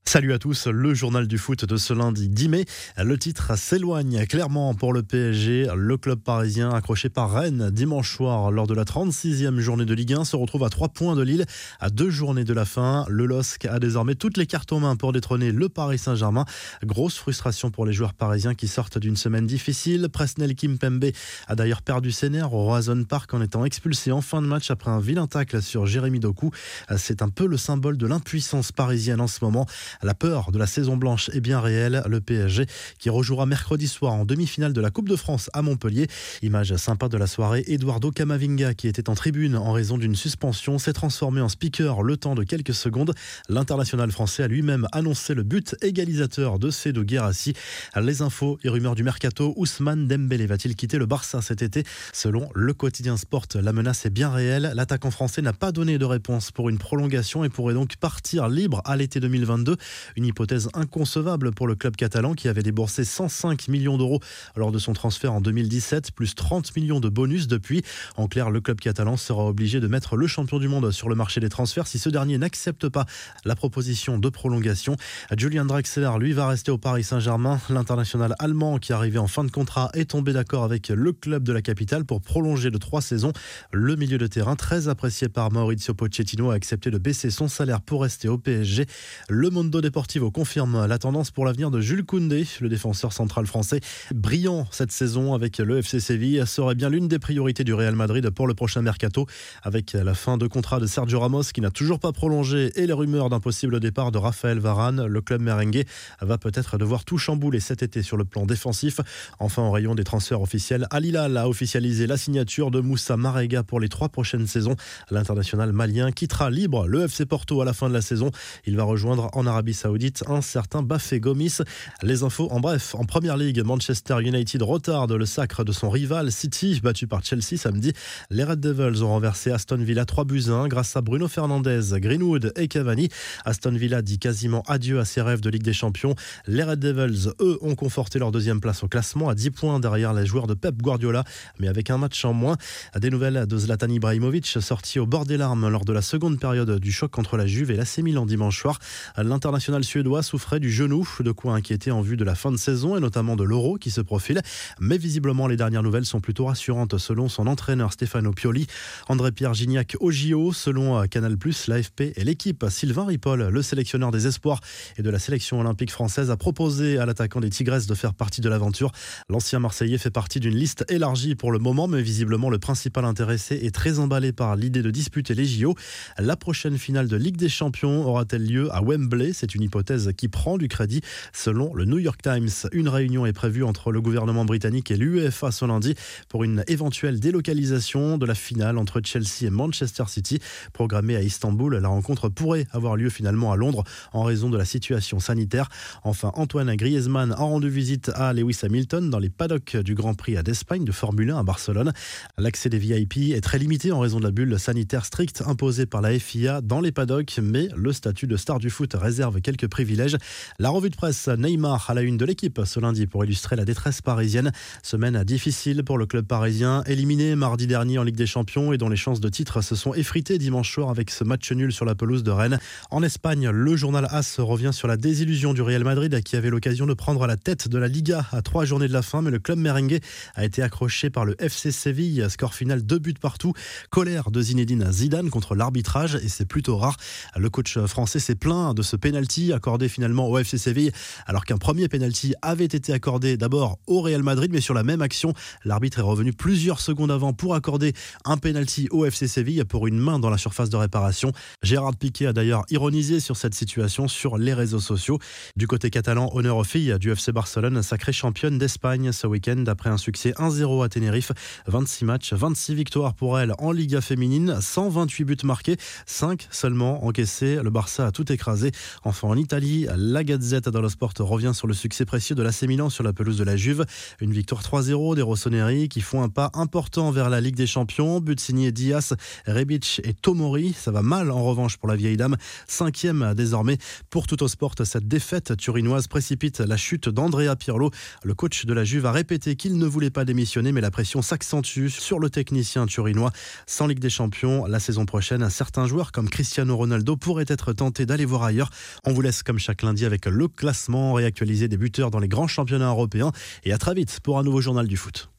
Salut à tous, le journal du foot de ce lundi 10 mai. Le titre s'éloigne clairement pour le PSG. Le club parisien, accroché par Rennes dimanche soir lors de la 36e journée de Ligue 1, se retrouve à 3 points de Lille à 2 journées de la fin. Le LOSC a désormais toutes les cartes en main pour détrôner le Paris Saint-Germain. Grosse frustration pour les joueurs parisiens qui sortent d'une semaine difficile. Presnel Kimpembe a d'ailleurs perdu ses nerfs au Roazhon Park en étant expulsé en fin de match après un vilain tacle sur Jérémy Doku. C'est un peu le symbole de l'impuissance parisienne en ce moment. La peur de la saison blanche est bien réelle. Le PSG qui rejouera mercredi soir en demi-finale de la Coupe de France à Montpellier. Image sympa de la soirée, Eduardo Camavinga, qui était en tribune en raison d'une suspension, s'est transformé en speaker le temps de quelques secondes. L'international français a lui-même annoncé le but égalisateur de Seydou Guirassy. Les infos et rumeurs du mercato, Ousmane Dembélé va-t-il quitter le Barça cet été? Selon le quotidien Sport, la menace est bien réelle. L'attaquant français n'a pas donné de réponse pour une prolongation et pourrait donc partir libre à l'été 2022. Une hypothèse inconcevable pour le club catalan qui avait déboursé 105 millions d'euros lors de son transfert en 2017, plus 30 millions de bonus depuis. En clair, le club catalan sera obligé de mettre le champion du monde sur le marché des transferts si ce dernier n'accepte pas la proposition de prolongation. Julian Draxler, lui, va rester au Paris Saint-Germain. L'international allemand qui arrivait en fin de contrat est tombé d'accord avec le club de la capitale pour prolonger de 3 saisons. Le milieu de terrain, très apprécié par Maurizio Pochettino, a accepté de baisser son salaire pour rester au PSG. Le Mundo Deportivo confirme la tendance pour l'avenir de Jules Koundé, le défenseur central français. Brillant cette saison avec le FC Séville, serait bien l'une des priorités du Real Madrid pour le prochain mercato. Avec la fin de contrat de Sergio Ramos qui n'a toujours pas prolongé et les rumeurs d'un possible départ de Raphaël Varane, le club merengue va peut-être devoir tout chambouler cet été sur le plan défensif. Enfin, au rayon des transferts officiels, Al Hilal a officialisé la signature de Moussa Marega pour les 3 prochaines saisons. L'international malien quittera libre le FC Porto à la fin de la saison. Il va rejoindre en Arabie Saoudite un certain Bafé Gomis. Les infos en bref. En première ligue, Manchester United retarde le sacre de son rival City, battu par Chelsea samedi. Les Red Devils ont renversé Aston Villa 3-1 grâce à Bruno Fernandes, Greenwood et Cavani. Aston Villa dit quasiment adieu à ses rêves de Ligue des Champions. Les Red Devils, eux, ont conforté leur deuxième place au classement à 10 points derrière les joueurs de Pep Guardiola, mais avec un match en moins. Des nouvelles de Zlatan Ibrahimovic, sorti au bord des larmes lors de la seconde période du choc contre la Juve et l'AC Milan dimanche soir. L'international suédois souffrait du genou, de quoi inquiéter en vue de la fin de saison et notamment de l'Euro qui se profile. Mais visiblement, les dernières nouvelles sont plutôt rassurantes selon son entraîneur Stefano Pioli. André-Pierre Gignac au JO, selon Canal+, l'AFP et l'équipe. Sylvain Ripoll, le sélectionneur des espoirs et de la sélection olympique française, a proposé à l'attaquant des Tigresses de faire partie de l'aventure. L'ancien Marseillais fait partie d'une liste élargie pour le moment, mais visiblement le principal intéressé est très emballé par l'idée de disputer les JO. La prochaine finale de Ligue des Champions aura-t-elle lieu à Wembley? C'est une hypothèse qui prend du crédit. Selon le New York Times, une réunion est prévue entre le gouvernement britannique et l'UEFA ce lundi pour une éventuelle délocalisation de la finale entre Chelsea et Manchester City. Programmée à Istanbul, la rencontre pourrait avoir lieu finalement à Londres en raison de la situation sanitaire. Enfin, Antoine Griezmann a rendu visite à Lewis Hamilton dans les paddocks du Grand Prix d'Espagne de Formule 1 à Barcelone. L'accès des VIP est très limité en raison de la bulle sanitaire stricte imposée par la FIA dans les paddocks, mais le statut de star du foot réserve quelques privilèges. La revue de presse, Neymar à la une de l'équipe ce lundi pour illustrer la détresse parisienne. Semaine difficile pour le club parisien, éliminé mardi dernier en Ligue des Champions et dont les chances de titre se sont effritées dimanche soir avec ce match nul sur la pelouse de Rennes. En Espagne, le journal AS revient sur la désillusion du Real Madrid qui avait l'occasion de prendre la tête de la Liga à 3 journées de la fin, mais le club merengue a été accroché par le FC Séville. Score final 2 buts partout. Colère de Zinedine Zidane contre l'arbitrage et c'est plutôt rare. Le coach français s'est plaint de ce pénalty accordé finalement au FC Séville alors qu'un premier pénalty avait été accordé d'abord au Real Madrid, mais sur la même action, l'arbitre est revenu plusieurs secondes avant pour accorder un pénalty au FC Séville pour une main dans la surface de réparation. Gérard Piqué a d'ailleurs ironisé sur cette situation sur les réseaux sociaux. Du côté catalan, honneur aux filles du FC Barcelone, sacrée championne d'Espagne ce week-end après un succès 1-0 à Tenerife. 26 matchs, 26 victoires pour elle en Liga féminine, 128 buts marqués, 5 seulement encaissés. Le Barça a tout écrasé. Enfin, en Italie, la Gazette dello Sport revient sur le succès précieux de l'AC Milan sur la pelouse de la Juve. Une victoire 3-0 des Rossoneri qui font un pas important vers la Ligue des Champions. But signé Diaz, Rebic et Tomori. Ça va mal en revanche pour la vieille dame. 5e désormais pour Tuttosport. Cette défaite turinoise précipite la chute d'Andrea Pirlo. Le coach de la Juve a répété qu'il ne voulait pas démissionner, mais la pression s'accentue sur le technicien turinois. Sans Ligue des Champions, la saison prochaine, certains joueurs comme Cristiano Ronaldo pourraient être tentés d'aller voir ailleurs. On vous laisse comme chaque lundi avec le classement réactualisé des buteurs dans les grands championnats européens. Et à très vite pour un nouveau journal du foot.